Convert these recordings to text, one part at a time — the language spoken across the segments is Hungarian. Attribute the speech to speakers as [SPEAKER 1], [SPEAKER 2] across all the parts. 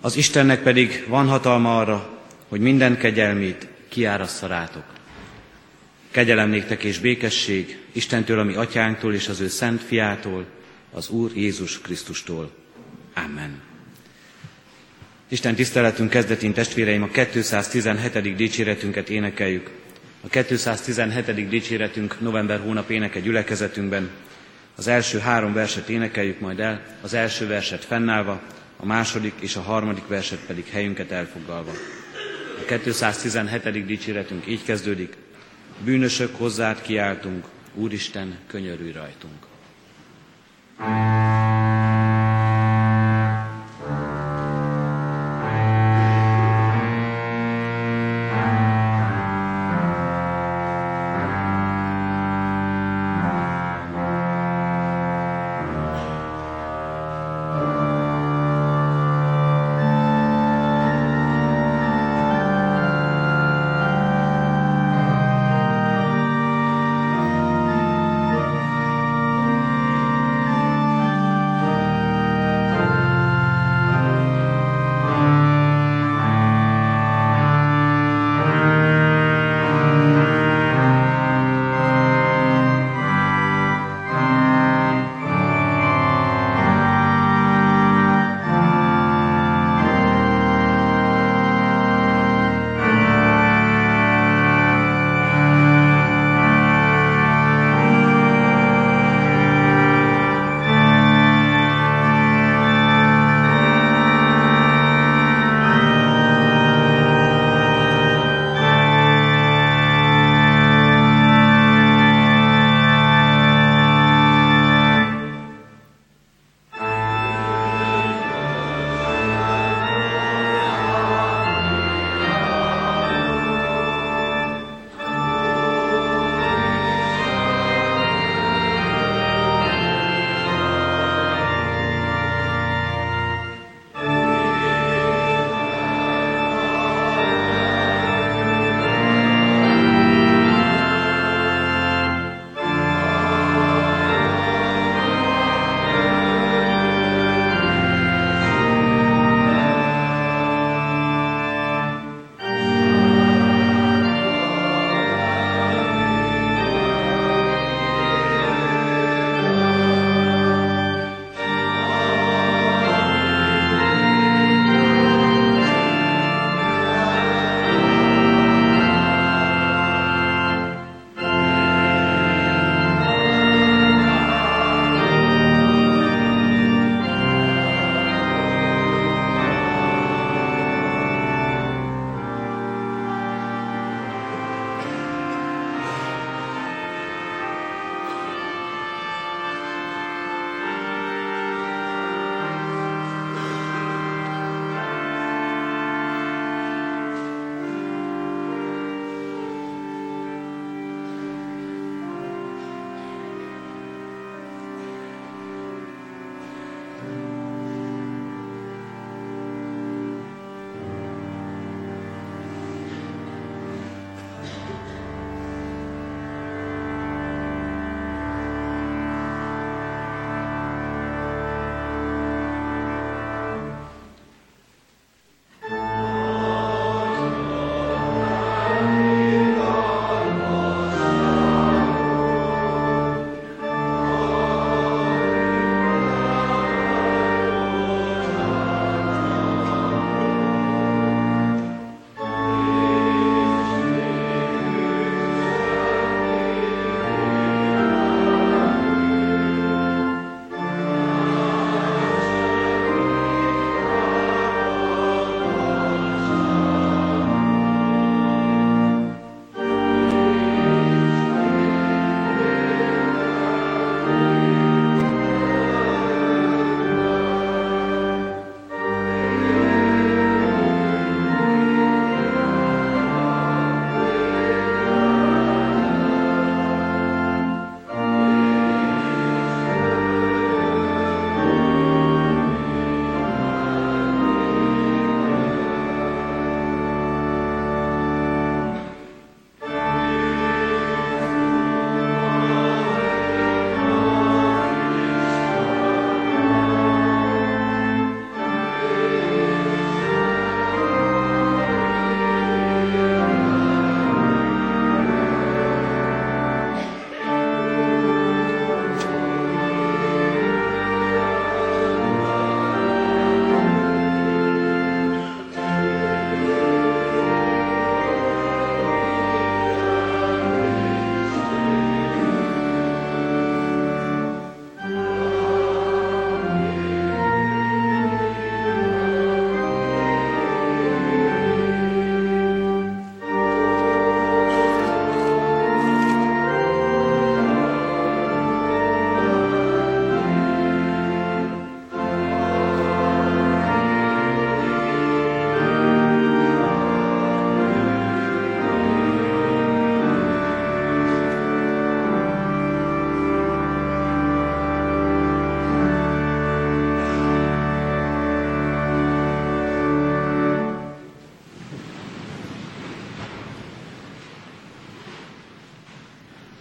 [SPEAKER 1] Az Istennek pedig van hatalma arra, hogy minden kegyelmét kiárassza rátok. Kegyelem néktek és békesség Istentől, a mi atyánktól és az ő szent fiától, az Úr Jézus Krisztustól. Amen. Isten tiszteletünk kezdetén, testvéreim, a 217. dicséretünket énekeljük. A 217. dicséretünk november hónap éneke gyülekezetünkben. Az első 3 verset énekeljük majd el, az első verset fennállva, a második és a harmadik verset pedig helyünket elfoglalva. A 217. dicséretünk így kezdődik: bűnösök, hozzád kiáltunk, Úristen, könyörülj rajtunk.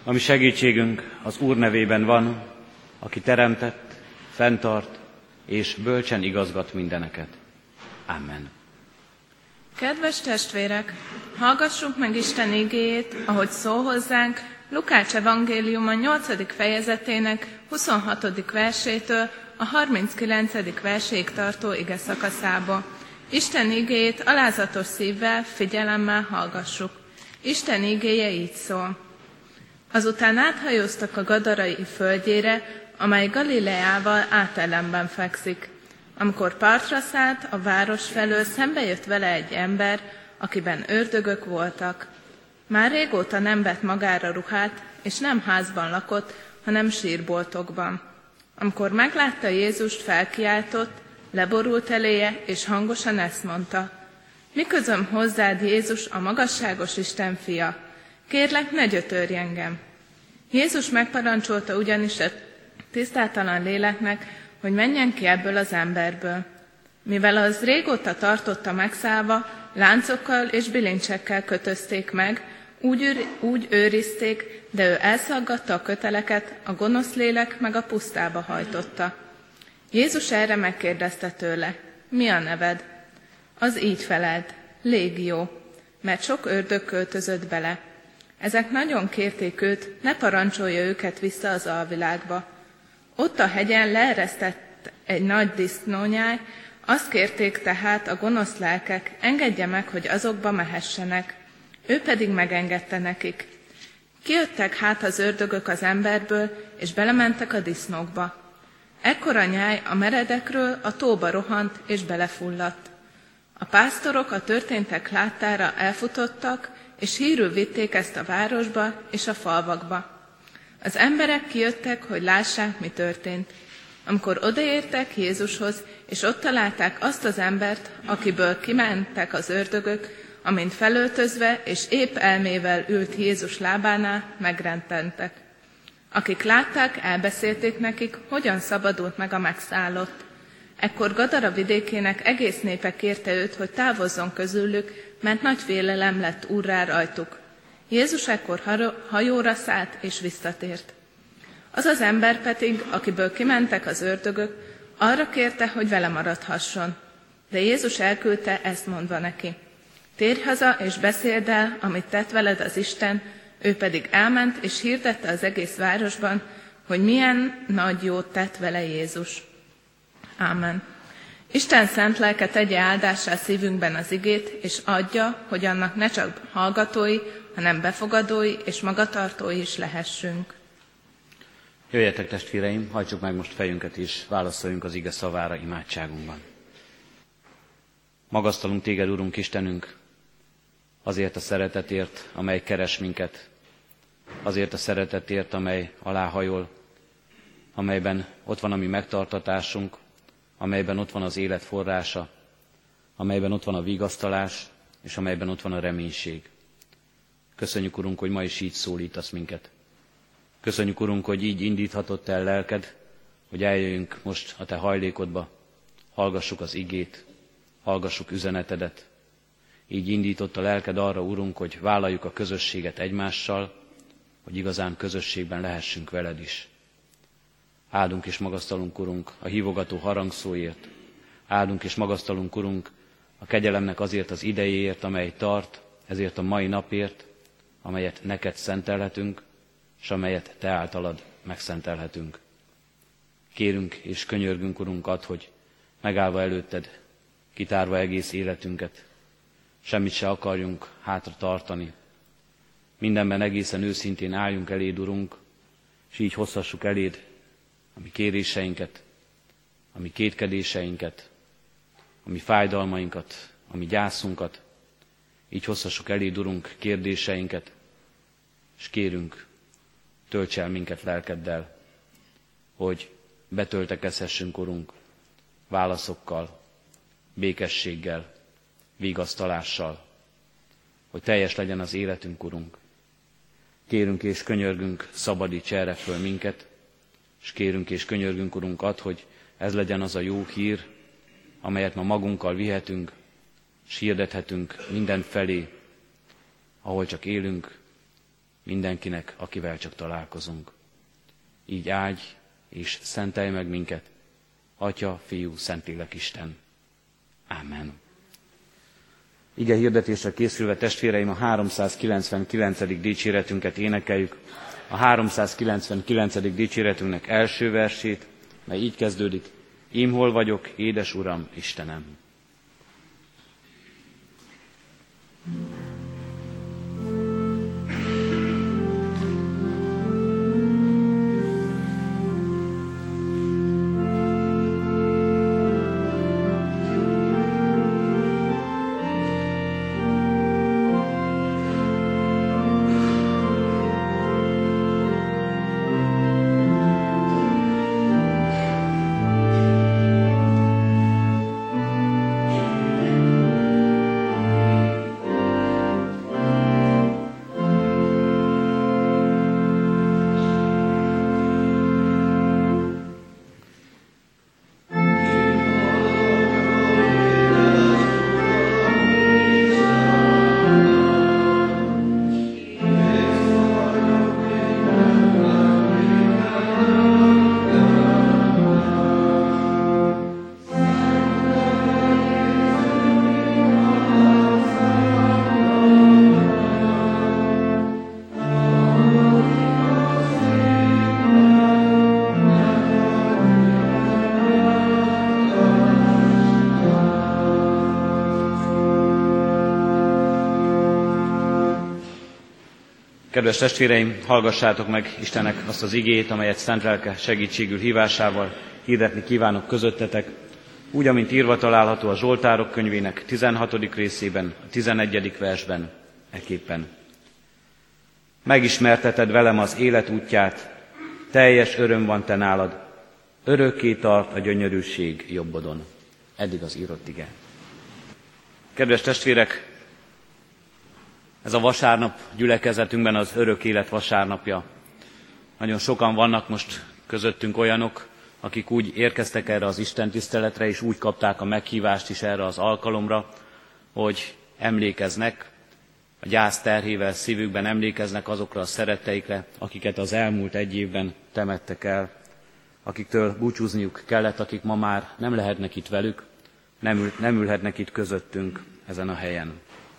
[SPEAKER 1] Ami segítségünk az Úr nevében van, aki teremtett, fenntart és bölcsen igazgat mindeneket. Amen.
[SPEAKER 2] Kedves testvérek, hallgassuk meg Isten igéjét, ahogy szól hozzánk Lukács evangéliuma 8. fejezetének 26. versétől a 39. verséig tartó igeszakaszába. Isten igéjét alázatos szívvel, figyelemmel hallgassuk. Isten igéje így szól. Azután áthajóztak a Gadarai földjére, amely Galileával átellenben fekszik. Amikor partra szállt, a város felől szembe jött vele egy ember, akiben ördögök voltak. Már régóta nem vett magára ruhát, és nem házban lakott, hanem sírboltokban. Amikor meglátta Jézust, felkiáltott, leborult eléje, és hangosan ezt mondta: Mi közöm hozzád, Jézus, a magasságos Isten fia? Kérlek, ne gyötörj engem! Jézus megparancsolta ugyanis a tisztátalan léleknek, hogy menjen ki ebből az emberből. Mivel az régóta tartotta megszállva, láncokkal és bilincsekkel kötözték meg, úgy őrizték, de ő elszaggatta a köteleket, a gonosz lélek meg a pusztába hajtotta. Jézus erre megkérdezte tőle: Mi a neved? Az így felelt: Légió, mert sok ördög költözött bele. Ezek nagyon kérték őt, ne parancsolja őket vissza az alvilágba. Ott a hegyen leeresztett egy nagy disznónyáj, azt kérték tehát a gonosz lelkek, engedje meg, hogy azokba mehessenek. Ő pedig megengedte nekik. Kijöttek hát az ördögök az emberből, és belementek a disznókba. Ekkor a nyáj a meredekről a tóba rohant, és belefulladt. A pásztorok a történtek láttára elfutottak, és hírül vitték ezt a városba és a falvakba. Az emberek kijöttek, hogy lássák, mi történt. Amikor odaértek Jézushoz, és ott találták azt az embert, akiből kimentek az ördögök, amint felöltözve és épp elmével ült Jézus lábánál, megrettentek. Akik látták, elbeszélték nekik, hogyan szabadult meg a megszállott. Ekkor Gadara vidékének egész népe kérte őt, hogy távozzon közülük, mert nagy félelem lett úrrá rajtuk. Jézus ekkor hajóra szállt és visszatért. Az az ember pedig, akiből kimentek az ördögök, arra kérte, hogy vele maradhasson. De Jézus elküldte, ezt mondva neki: Térj haza és beszéld el, amit tett veled az Isten. Ő pedig elment és hirdette az egész városban, hogy milyen nagy jót tett vele Jézus. Ámen. Isten szent lelke tegye áldássá szívünkben az igét, és adja, hogy annak ne csak hallgatói, hanem befogadói és magatartói is lehessünk.
[SPEAKER 1] Jöjjetek, testvéreim, hajtsuk meg most fejünket és válaszoljunk az ige szavára imádságunkban. Magasztalunk téged, Urunk Istenünk, azért a szeretetért, amely keres minket, azért a szeretetért, amely aláhajol, amelyben ott van a mi megtartatásunk, amelyben ott van az élet forrása, amelyben ott van a vigasztalás, és amelyben ott van a reménység. Köszönjük, Urunk, hogy ma is így szólítasz minket. Köszönjük, Urunk, hogy így indíthatott el lelked, hogy eljöjjünk most a Te hajlékodba, hallgassuk az igét, hallgassuk üzenetedet. Így indított a lelked arra, Urunk, hogy vállaljuk a közösséget egymással, hogy igazán közösségben lehessünk veled is. Áldunk és magasztalunk, Urunk, a hívogató harangszóért. Áldunk és magasztalunk, Urunk, a kegyelemnek azért az idejéért, amely tart, ezért a mai napért, amelyet neked szentelhetünk, és amelyet te általad megszentelhetünk. Kérünk és könyörgünk, Urunk, add, hogy megállva előtted, kitárva egész életünket, semmit se akarjunk hátra tartani. Mindenben egészen őszintén álljunk eléd, Urunk, és így hozhassuk eléd a mi kéréseinket, a mi kétkedéseinket, a mi fájdalmainkat, a mi gyászunkat. Így hozhassuk eléd, Urunk, kérdéseinket, és kérünk, tölts el minket lelkeddel, hogy betöltekezhessünk, Urunk, válaszokkal, békességgel, vigasztalással, hogy teljes legyen az életünk, Urunk. Kérünk és könyörgünk, szabadíts erre föl minket, és kérünk és könyörgünk, Urunk, add, hogy ez legyen az a jó hír, amelyet ma magunkkal vihetünk, és hirdethetünk minden felé, ahol csak élünk, mindenkinek, akivel csak találkozunk. Így áldj és szentelj meg minket, Atya, Fiú, Szentlélek Isten. Ámen. Ige hirdetésre készülve, testvéreim, a 399. dicséretünket énekeljük. A 399. dicséretünknek első versét, mely így kezdődik: Ím hol vagyok, édes Uram, Istenem. Kedves testvéreim, hallgassátok meg Istennek azt az igét, amelyet szent lelke segítségül hívásával hirdetni kívánok közöttetek, úgy, amint írva található a Zsoltárok könyvének 16. részében, a 11. versben, ekképpen. Megismerteted velem az élet útját, teljes öröm van te nálad, örökké tart a gyönyörűség jobbodon. Eddig az írott ige. Kedves testvérek, ez a vasárnap gyülekezetünkben az örök élet vasárnapja. Nagyon sokan vannak most közöttünk olyanok, akik úgy érkeztek erre az istentiszteletre, és úgy kapták a meghívást is erre az alkalomra, hogy emlékeznek, a gyász terhével szívükben emlékeznek azokra a szeretteikre, akiket az elmúlt egy évben temettek el, akiktől búcsúzniuk kellett, akik ma már nem lehetnek itt velük, nem ülhetnek itt közöttünk ezen a helyen.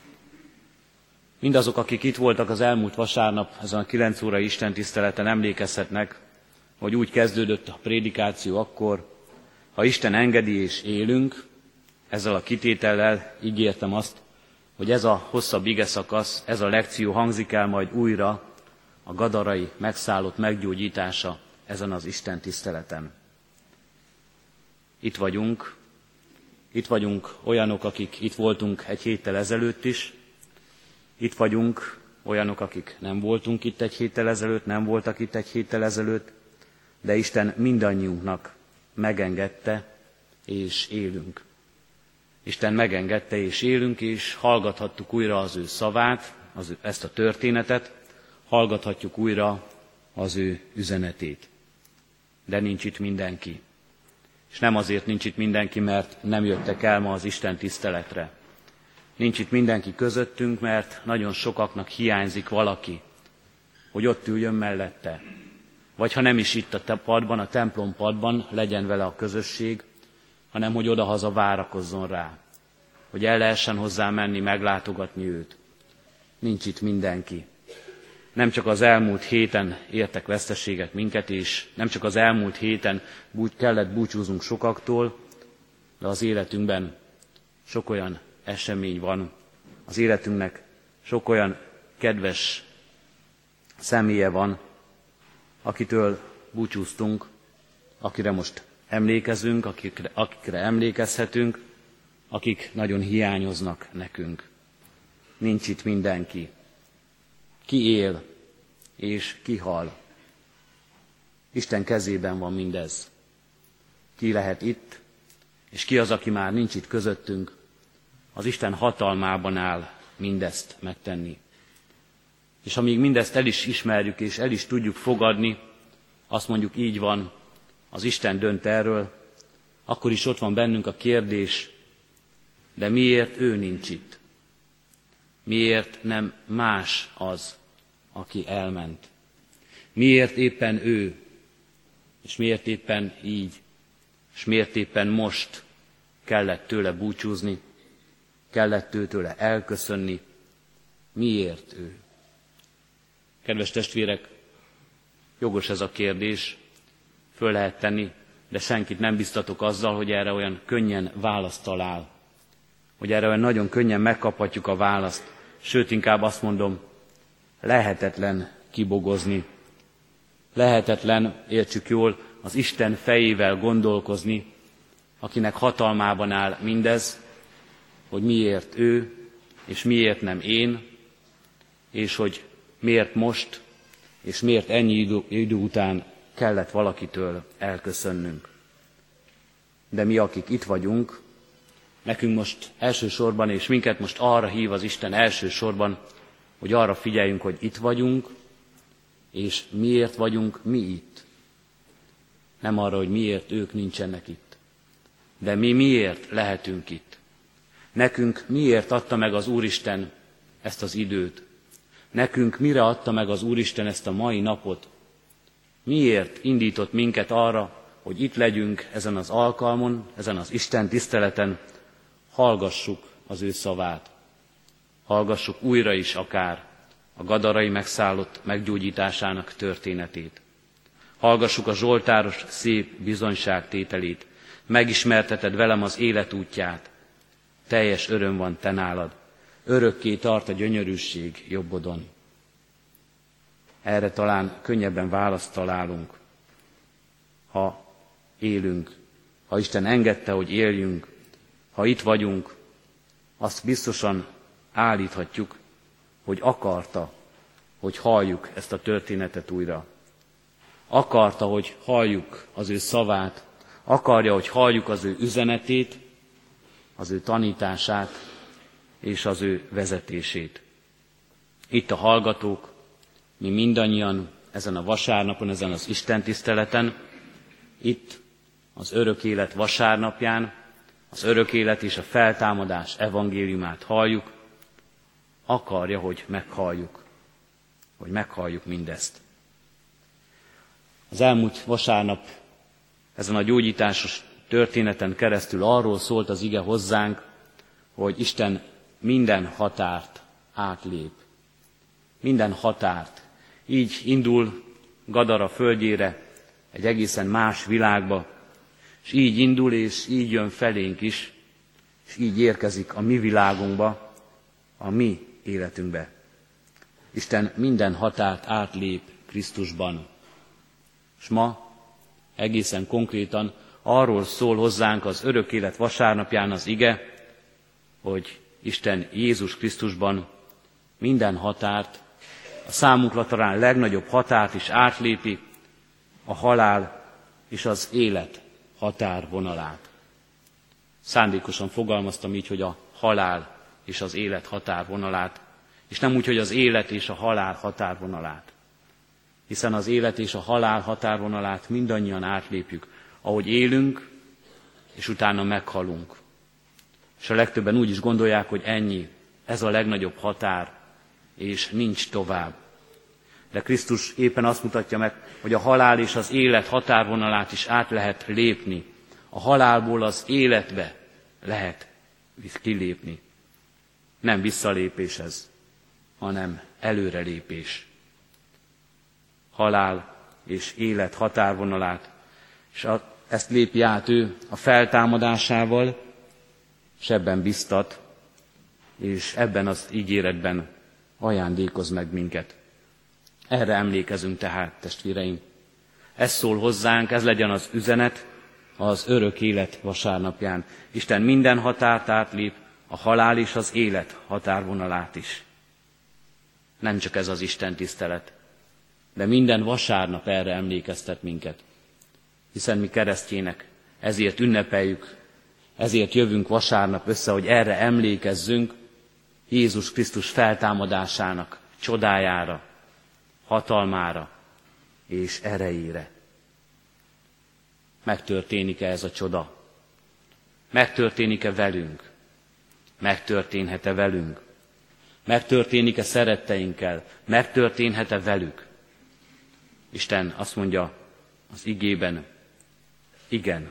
[SPEAKER 1] Mindazok, akik itt voltak az elmúlt vasárnap, ezen a 9 órai istentiszteleten, emlékezhetnek, hogy úgy kezdődött a prédikáció akkor, ha Isten engedi és élünk, ezzel a kitétellel ígértem azt, hogy ez a hosszabb igeszakasz, ez a lekció hangzik el majd újra a gadarai megszállott meggyógyítása ezen az istentiszteleten. Itt vagyunk olyanok, akik itt voltunk egy héttel ezelőtt is, itt vagyunk olyanok, akik nem voltunk itt egy héttel ezelőtt, nem voltak itt egy héttel ezelőtt, de Isten mindannyiunknak megengedte, és élünk. Isten megengedte, és élünk, és hallgathattuk újra az ő szavát, ezt a történetet, hallgathatjuk újra az ő üzenetét. De nincs itt mindenki. És nem azért nincs itt mindenki, mert nem jöttek el ma az Isten tiszteletre. Nincs itt mindenki közöttünk, mert nagyon sokaknak hiányzik valaki, hogy ott üljön mellette. Vagy ha nem is itt a padban, a templom padban, legyen vele a közösség, hanem hogy odahaza várakozzon rá, hogy el lehessen hozzá menni, meglátogatni őt. Nincs itt mindenki. Nem csak az elmúlt héten értek veszteséget minket, és nem csak az elmúlt héten kellett búcsúznunk sokaktól, de az életünkben sok olyan esemény van, az életünknek sok olyan kedves személye van, akitől búcsúztunk, akire most emlékezünk, akikre emlékezhetünk, akik nagyon hiányoznak nekünk. Nincs itt mindenki. Ki él és ki hal. Isten kezében van mindez. Ki lehet itt, és ki az, aki már nincs itt közöttünk, az Isten hatalmában áll mindezt megtenni. És amíg mindezt el is ismerjük, és el is tudjuk fogadni, azt mondjuk így van, az Isten dönt erről, akkor is ott van bennünk a kérdés, de miért ő nincs itt? Miért nem más az, aki elment. Miért éppen ő, és miért éppen így, és miért éppen most kellett tőle búcsúzni, kellett tőle elköszönni, miért ő? Kedves testvérek, jogos ez a kérdés, föl lehet tenni, de senkit nem biztatok azzal, hogy erre olyan könnyen választ talál, hogy erre olyan nagyon könnyen megkaphatjuk a választ, sőt, inkább azt mondom, lehetetlen kibogozni, lehetetlen, értsük jól, az Isten fejével gondolkozni, akinek hatalmában áll mindez, hogy miért ő, és miért nem én, és hogy miért most, és miért ennyi idő után kellett valakitől elköszönnünk. De mi, akik itt vagyunk, nekünk most elsősorban, és minket most arra hív az Isten elsősorban, hogy arra figyeljünk, hogy itt vagyunk, és miért vagyunk mi itt. Nem arra, hogy miért ők nincsenek itt, de mi miért lehetünk itt. Nekünk miért adta meg az Úristen ezt az időt? Nekünk mire adta meg az Úristen ezt a mai napot? Miért indított minket arra, hogy itt legyünk ezen az alkalmon, ezen az Isten tiszteleten, hallgassuk az ő szavát. Hallgassuk újra is akár a gadarai megszállott meggyógyításának történetét. Hallgassuk a zsoltáros szép bizonyságtételét. Megismerteted velem az élet útját. Teljes öröm van te nálad. Örökké tart a gyönyörűség jobbodon. Erre talán könnyebben választ találunk, ha élünk, ha Isten engedte, hogy éljünk, ha itt vagyunk, azt biztosan állíthatjuk, hogy akarta, hogy halljuk ezt a történetet újra. Akarta, hogy halljuk az ő szavát, akarja, hogy halljuk az ő üzenetét, az ő tanítását és az ő vezetését. Itt a hallgatók, mi mindannyian ezen a vasárnapon, ezen az istentiszteleten, itt az örök élet vasárnapján, az örök élet és a feltámadás evangéliumát halljuk, akarja, hogy meghalljuk mindezt. Az elmúlt vasárnap ezen a gyógyításos történeten keresztül arról szólt az ige hozzánk, hogy Isten minden határt átlép. Minden határt. Így indul Gadara földjére, egy egészen más világba, és így indul, és így jön felénk is, és így érkezik a mi világunkba, a mi életünkbe. Isten minden határt átlép Krisztusban. És ma egészen konkrétan arról szól hozzánk az örök élet vasárnapján az ige, hogy Isten Jézus Krisztusban minden határt, a számunkra talán legnagyobb határt is átlépi, a halál és az élet határvonalát. Szándékosan fogalmaztam így, hogy a halál és az élet határvonalát, és nem úgy, hogy az élet és a halál határvonalát. Hiszen az élet és a halál határvonalát mindannyian átlépjük, ahogy élünk, és utána meghalunk. És a legtöbben úgy is gondolják, hogy ennyi, ez a legnagyobb határ, és nincs tovább. De Krisztus éppen azt mutatja meg, hogy a halál és az élet határvonalát is át lehet lépni. A halálból az életbe lehet kilépni. Nem visszalépés ez, hanem előrelépés. Halál és élet határvonalát, és ezt lépi át ő a feltámadásával, és ebben biztat, és ebben az ígéretben ajándékoz meg minket. Erre emlékezünk tehát, testvéreim. Ez szól hozzánk, ez legyen az üzenet az örök élet vasárnapján. Isten minden határt átlép, a halál és az élet határvonalát is. Nem csak ez az Isten tisztelet, de minden vasárnap erre emlékeztet minket. Hiszen mi keresztjének ezért ünnepeljük, ezért jövünk vasárnap össze, hogy erre emlékezzünk, Jézus Krisztus feltámadásának csodájára, hatalmára és erejére. Megtörténik-e ez a csoda? Megtörténik-e velünk? Megtörténhet-e velünk? Megtörténik-e szeretteinkkel? Megtörténhet-e velük? Isten azt mondja az igében, igen,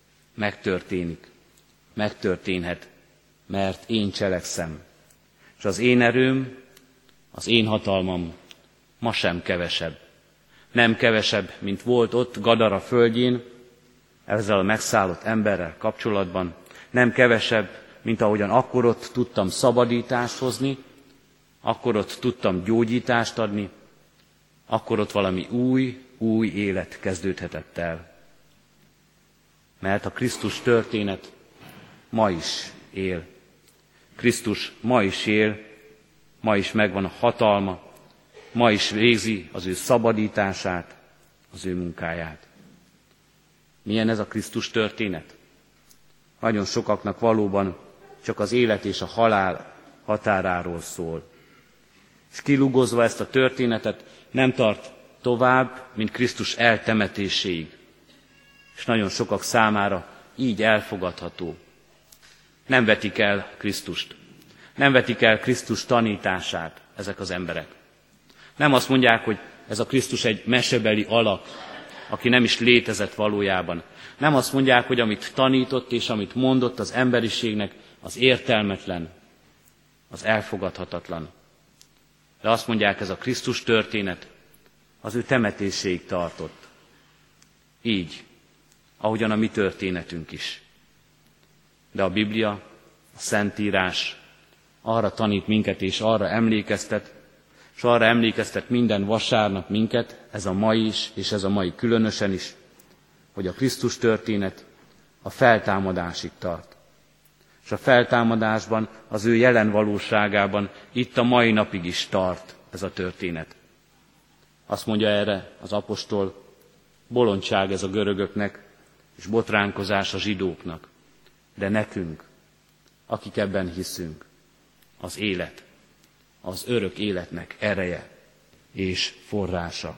[SPEAKER 1] megtörténhet, mert én cselekszem. És az én erőm, az én hatalmam ma sem kevesebb. Nem kevesebb, mint volt ott Gadara földjén, ezzel a megszállott emberrel kapcsolatban. Nem kevesebb, mint ahogyan akkor ott tudtam szabadítást hozni, akkor ott tudtam gyógyítást adni, akkor ott valami új élet kezdődhetett el. Mert a Krisztus történet ma is él. Krisztus ma is él, ma is megvan a hatalma, ma is végzi az ő szabadítását, az ő munkáját. Milyen ez a Krisztus történet? Nagyon sokaknak valóban csak az élet és a halál határáról szól. És kilugozva ezt a történetet nem tart tovább, mint Krisztus eltemetéséig. És nagyon sokak számára így elfogadható. Nem vetik el Krisztust. Nem vetik el Krisztus tanítását ezek az emberek. Nem azt mondják, hogy ez a Krisztus egy mesebeli alak, aki nem is létezett valójában. Nem azt mondják, hogy amit tanított és amit mondott az emberiségnek, az értelmetlen, az elfogadhatatlan. De azt mondják, ez a Krisztus történet az ő temetéséig tartott. Így, ahogyan a mi történetünk is. De a Biblia, a Szentírás arra tanít minket és arra emlékeztet, és arra emlékeztet minden vasárnap minket, ez a mai is, és ez a mai különösen is, hogy a Krisztus történet a feltámadásig tart. És a feltámadásban, az ő jelen valóságában itt a mai napig is tart ez a történet. Azt mondja erre az apostol, bolondság ez a görögöknek, és botránkozás a zsidóknak. De nekünk, akik ebben hiszünk, az élet, az örök életnek ereje és forrása.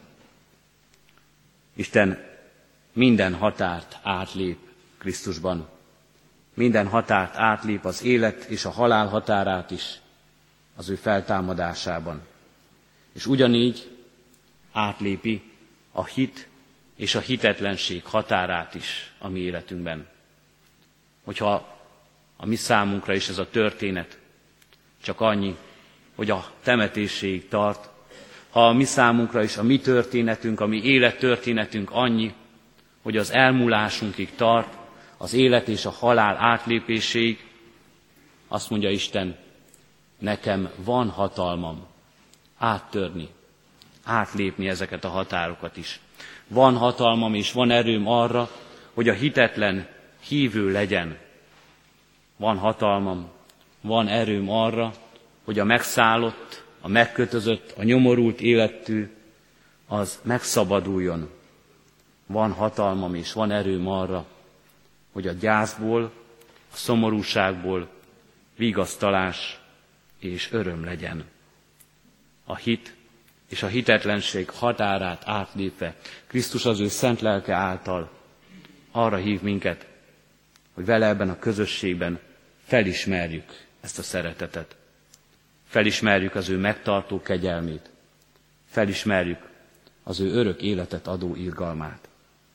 [SPEAKER 1] Isten minden határt átlép Krisztusban. Minden határt átlép, az élet és a halál határát is az ő feltámadásában. És ugyanígy átlépi a hit és a hitetlenség határát is a mi életünkben. Hogyha a mi számunkra is ez a történet csak annyi, hogy a temetéséig tart, ha a mi számunkra is a mi történetünk, a mi élettörténetünk annyi, hogy az elmúlásunkig tart, az élet és a halál átlépéséig, azt mondja Isten, nekem van hatalmam áttörni, átlépni ezeket a határokat is. Van hatalmam és van erőm arra, hogy a hitetlen hívő legyen. Van hatalmam, van erőm arra, hogy a megszállott, a megkötözött, a nyomorult életű, az megszabaduljon. Van hatalmam és van erőm arra, hogy a gyászból, a szomorúságból vigasztalás és öröm legyen. A hit és a hitetlenség határát átlépve, Krisztus az ő szent lelke által arra hív minket, hogy vele ebben a közösségben felismerjük ezt a szeretetet. Felismerjük az ő megtartó kegyelmét. Felismerjük az ő örök életet adó irgalmát.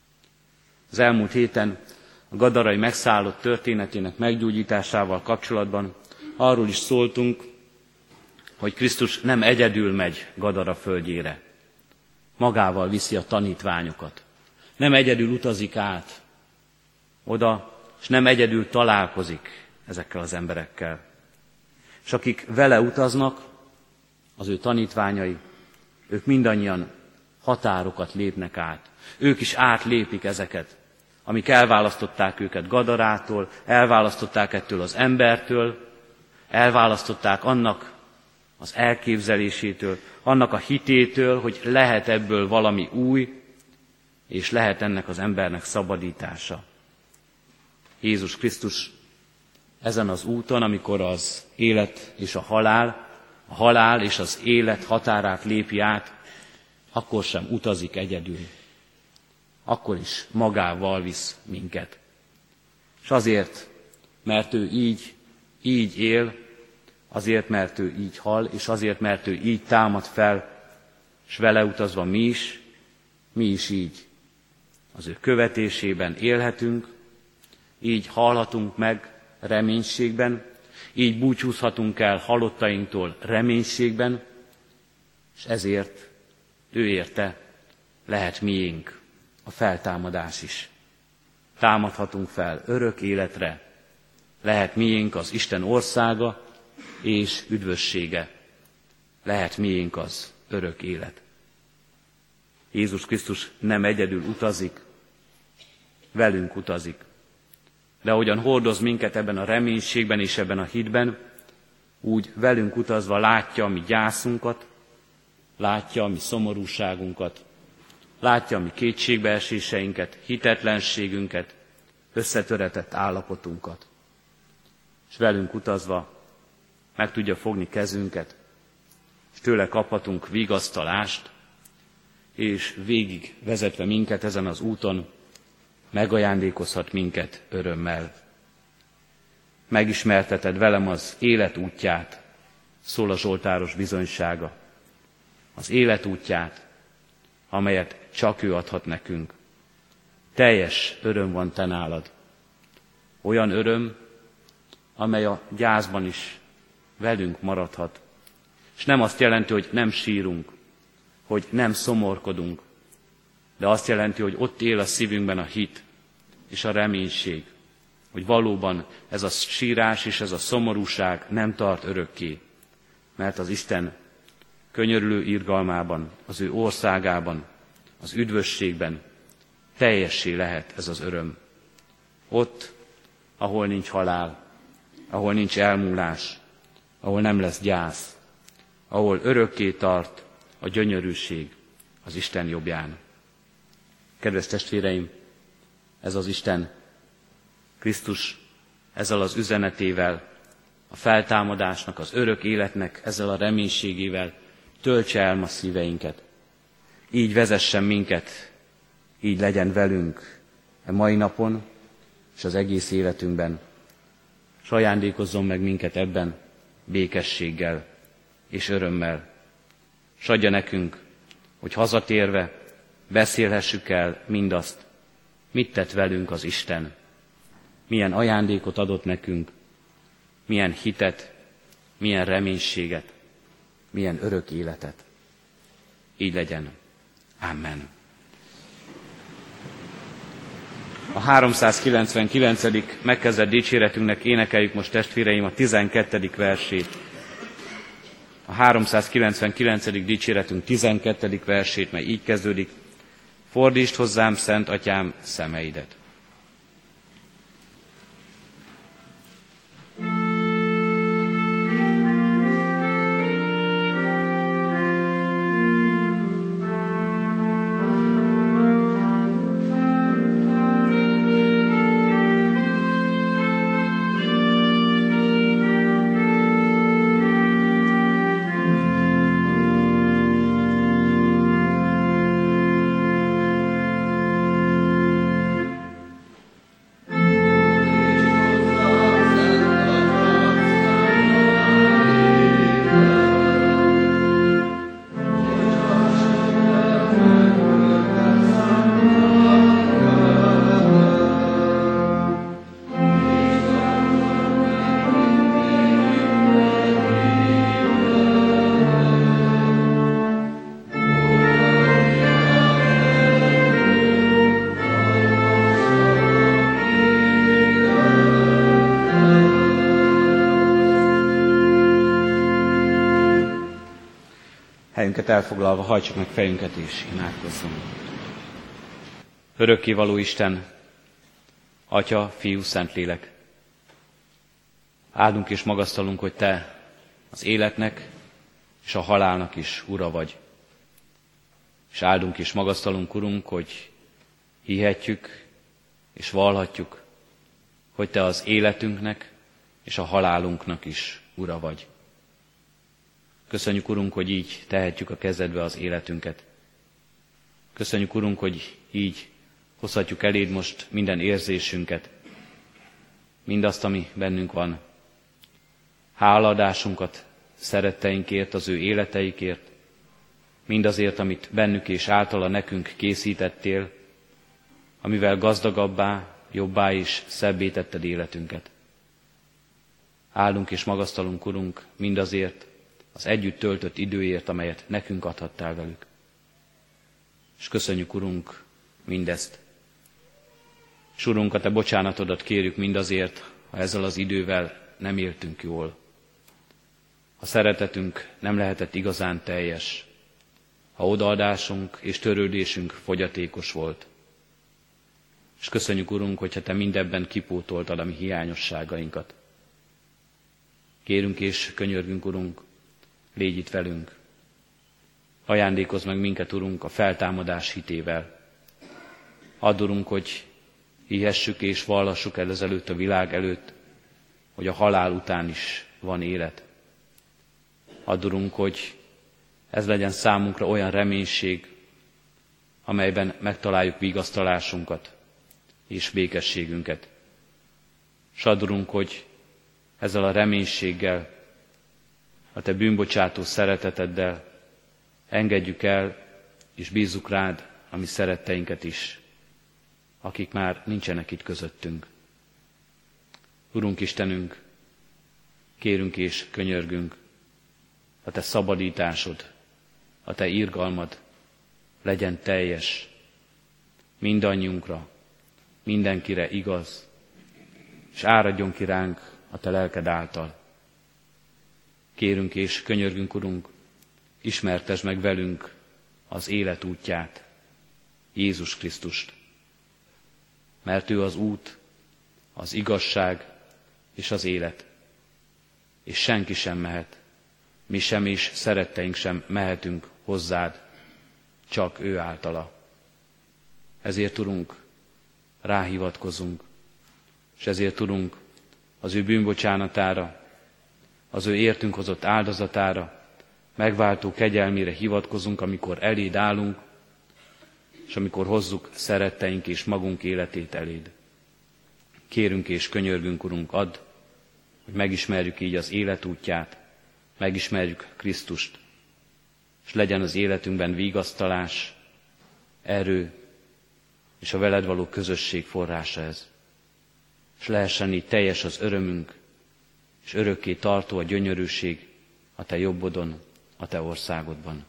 [SPEAKER 1] Az elmúlt héten a gadarai megszállott történetének meggyógyításával kapcsolatban arról is szóltunk, hogy Krisztus nem egyedül megy Gadara földjére. Magával viszi a tanítványokat. Nem egyedül utazik át oda, és nem egyedül találkozik ezekkel az emberekkel. És akik vele utaznak, az ő tanítványai, ők mindannyian határokat lépnek át. Ők is átlépik ezeket, amik elválasztották őket Gadarától, elválasztották ettől az embertől, elválasztották annak az elképzelésétől, annak a hitétől, hogy lehet ebből valami új, és lehet ennek az embernek szabadítása. Jézus Krisztus ezen az úton, amikor az élet és a halál és az élet határát lépi át, akkor sem utazik egyedül. Akkor is magával visz minket. És azért, mert ő így él, azért, mert ő így hal, és azért, mert ő így támad fel, és vele utazva mi is így az ő követésében élhetünk, így halhatunk meg reménységben, így búcsúzhatunk el halottainktól reménységben, és ezért ő érte lehet miénk a feltámadás is. Támadhatunk fel örök életre, lehet miénk az Isten országa és üdvössége, lehet miénk az örök élet. Jézus Krisztus nem egyedül utazik, velünk utazik. De ahogyan hordoz minket ebben a reménységben és ebben a hitben, úgy velünk utazva látja a mi gyászunkat, látja a mi szomorúságunkat, látja a mi kétségbeeséseinket, hitetlenségünket, összetöretett állapotunkat. És velünk utazva meg tudja fogni kezünket, és tőle kaphatunk vigasztalást, és végig vezetve minket ezen az úton, megajándékozhat minket örömmel. Megismerteted velem az élet útját, szól a zsoltáros bizonysága. Az élet útját, amelyet csak ő adhat nekünk. Teljes öröm van te nálad. Olyan öröm, amely a gyászban is velünk maradhat. És nem azt jelenti, hogy nem sírunk, hogy nem szomorkodunk, de azt jelenti, hogy ott él a szívünkben a hit és a reménység, hogy valóban ez a sírás és ez a szomorúság nem tart örökké, mert az Isten könyörülő irgalmában, az ő országában, az üdvösségben teljessé lehet ez az öröm. Ott, ahol nincs halál, ahol nincs elmúlás, ahol nem lesz gyász, ahol örökké tart a gyönyörűség az Isten jobbján. Kedves testvéreim, ez az Isten, Krisztus ezzel az üzenetével, a feltámadásnak, az örök életnek, ezzel a reménységével töltse el ma szíveinket. Így vezessen minket, így legyen velünk a mai napon és az egész életünkben. S ajándékozzon meg minket ebben békességgel és örömmel. S adja nekünk, hogy hazatérve beszélhessük el mindazt, mit tett velünk az Isten, milyen ajándékot adott nekünk, milyen hitet, milyen reménységet, milyen örök életet. Így legyen. Amen. A 399. megkezdett dicséretünknek énekeljük most, testvéreim, a 12. versét. A 399. dicséretünk 12. versét, mely így kezdődik: Fordítsd hozzám, Szent Atyám, szemeidet. Helyünket elfoglalva hajtsuk meg fejünket és imádkozzunk. Örökkévaló Isten, Atya, Fiú, Szentlélek, áldunk és magasztalunk, hogy Te az életnek és a halálnak is Ura vagy. És áldunk és magasztalunk, Urunk, hogy hihetjük és vallhatjuk, hogy Te az életünknek és a halálunknak is Ura vagy. Köszönjük, Urunk, hogy így tehetjük a kezedbe az életünket. Köszönjük, Urunk, hogy így hozhatjuk eléd most minden érzésünket, mindazt, ami bennünk van. hálaadásunkat szeretteinkért, az ő életeikért, mindazért, amit bennük és általa nekünk készítettél, amivel gazdagabbá, jobbá és szebbé tetted életünket. Áldunk és magasztalunk, Urunk, mindazért az együtt töltött időért, amelyet nekünk adhattál velük. És köszönjük, Urunk, mindezt. És Urunk, a Te bocsánatodat kérjük mindazért, ha ezzel az idővel nem éltünk jól. Ha szeretetünk nem lehetett igazán teljes, ha odaadásunk és törődésünk fogyatékos volt. És köszönjük, Urunk, hogyha Te mindebben kipótoltad a mi hiányosságainkat. Kérünk és könyörgünk, Urunk, légy itt velünk. Ajándékozz meg minket, Urunk, a feltámadás hitével. Add, Urunk, hogy hihessük és vallassuk el ezelőtt a világ előtt, hogy a halál után is van élet. Add, Urunk, hogy ez legyen számunkra olyan reménység, amelyben megtaláljuk vigasztalásunkat és békességünket. S add, Urunk, hogy ezzel a reménységgel, a Te bűnbocsátó szereteteddel engedjük el és bízzuk rád a mi szeretteinket is, akik már nincsenek itt közöttünk. Urunk Istenünk, kérünk és könyörgünk, a Te szabadításod, a Te irgalmad legyen teljes mindannyiunkra, mindenkire igaz, és áradjon ki ránk a Te lelked által. Kérünk és könyörgünk, Urunk, ismertesd meg velünk az élet útját, Jézus Krisztust, mert ő az út, az igazság és az élet, és senki sem mehet, mi sem és szeretteink sem mehetünk hozzád, csak ő általa. Ezért, Urunk, ráhivatkozunk, és ezért, Urunk, az ő bűnbocsánatára, az ő értünk hozott áldozatára, megváltó kegyelmére hivatkozunk, amikor eléd állunk, és amikor hozzuk szeretteink és magunk életét eléd. Kérünk és könyörgünk, Urunk, add, hogy megismerjük így az élet útját, megismerjük Krisztust, és legyen az életünkben vigasztalás, erő és a veled való közösség forrása ez. És lehessen így teljes az örömünk, és örökké tartó a gyönyörűség a Te jobbodon, a Te országodban.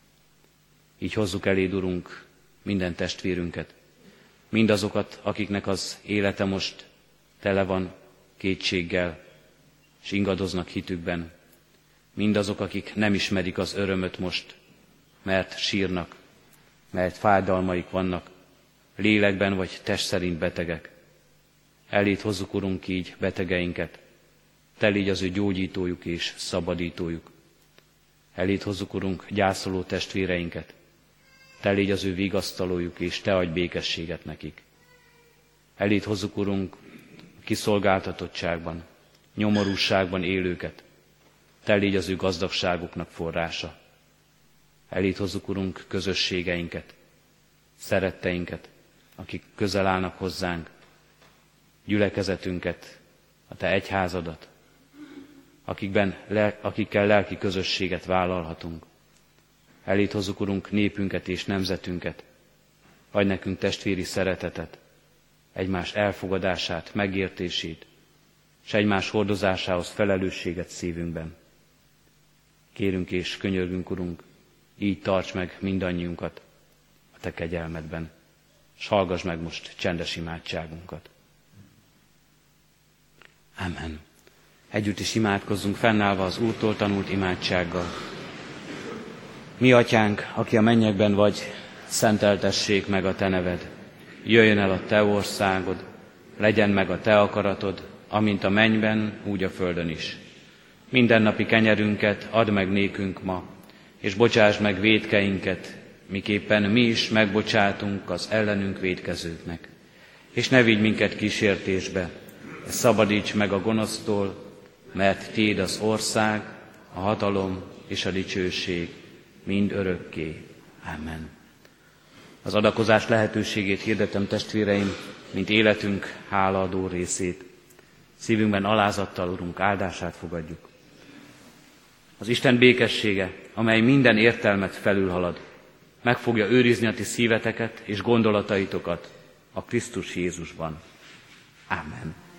[SPEAKER 1] Így hozzuk eléd, Urunk, minden testvérünket, mindazokat, akiknek az élete most tele van kétséggel, és ingadoznak hitükben, mindazok, akik nem ismerik az örömöt most, mert sírnak, mert fájdalmaik vannak, lélekben vagy test szerint betegek. Eléd hozzuk, Urunk, így betegeinket, Te légy az ő gyógyítójuk és szabadítójuk. Eléd hozzuk, Urunk, gyászoló testvéreinket, Te légy az ő vigasztalójuk, és Te adj békességet nekik. Eléd hozzuk, Urunk, kiszolgáltatottságban, nyomorúságban élőket, Te légy az ő gazdagságuknak forrása. Eléd hozzuk, Urunk, közösségeinket, szeretteinket, akik közel állnak hozzánk, gyülekezetünket, a Te egyházadat, akikkel lelki közösséget vállalhatunk. Eléd hozzuk, Urunk, népünket és nemzetünket, adj nekünk testvéri szeretetet, egymás elfogadását, megértését, és egymás hordozásához felelősséget szívünkben. Kérünk és könyörgünk, Urunk, így tarts meg mindannyiunkat a Te kegyelmedben, s hallgass meg most csendes imádságunkat. Amen. Együtt is imádkozzunk, fennállva az Úrtól tanult imádsággal. Mi Atyánk, aki a mennyekben vagy, szenteltessék meg a Te neved. Jöjjön el a Te országod, legyen meg a Te akaratod, amint a mennyben, úgy a földön is. Mindennapi kenyerünket add meg nékünk ma, és bocsásd meg vétkeinket, miképpen mi is megbocsátunk az ellenünk vétkezőknek. És ne vigy minket kísértésbe, de szabadíts meg a gonosztól, mert Tiéd az ország, a hatalom és a dicsőség mind örökké. Amen. Az adakozás lehetőségét hirdetem, testvéreim, mint életünk hálaadó részét. Szívünkben alázattal, Urunk, áldását fogadjuk. Az Isten békessége, amely minden értelmet felülhalad, meg fogja őrizni a ti szíveteket és gondolataitokat a Krisztus Jézusban. Amen.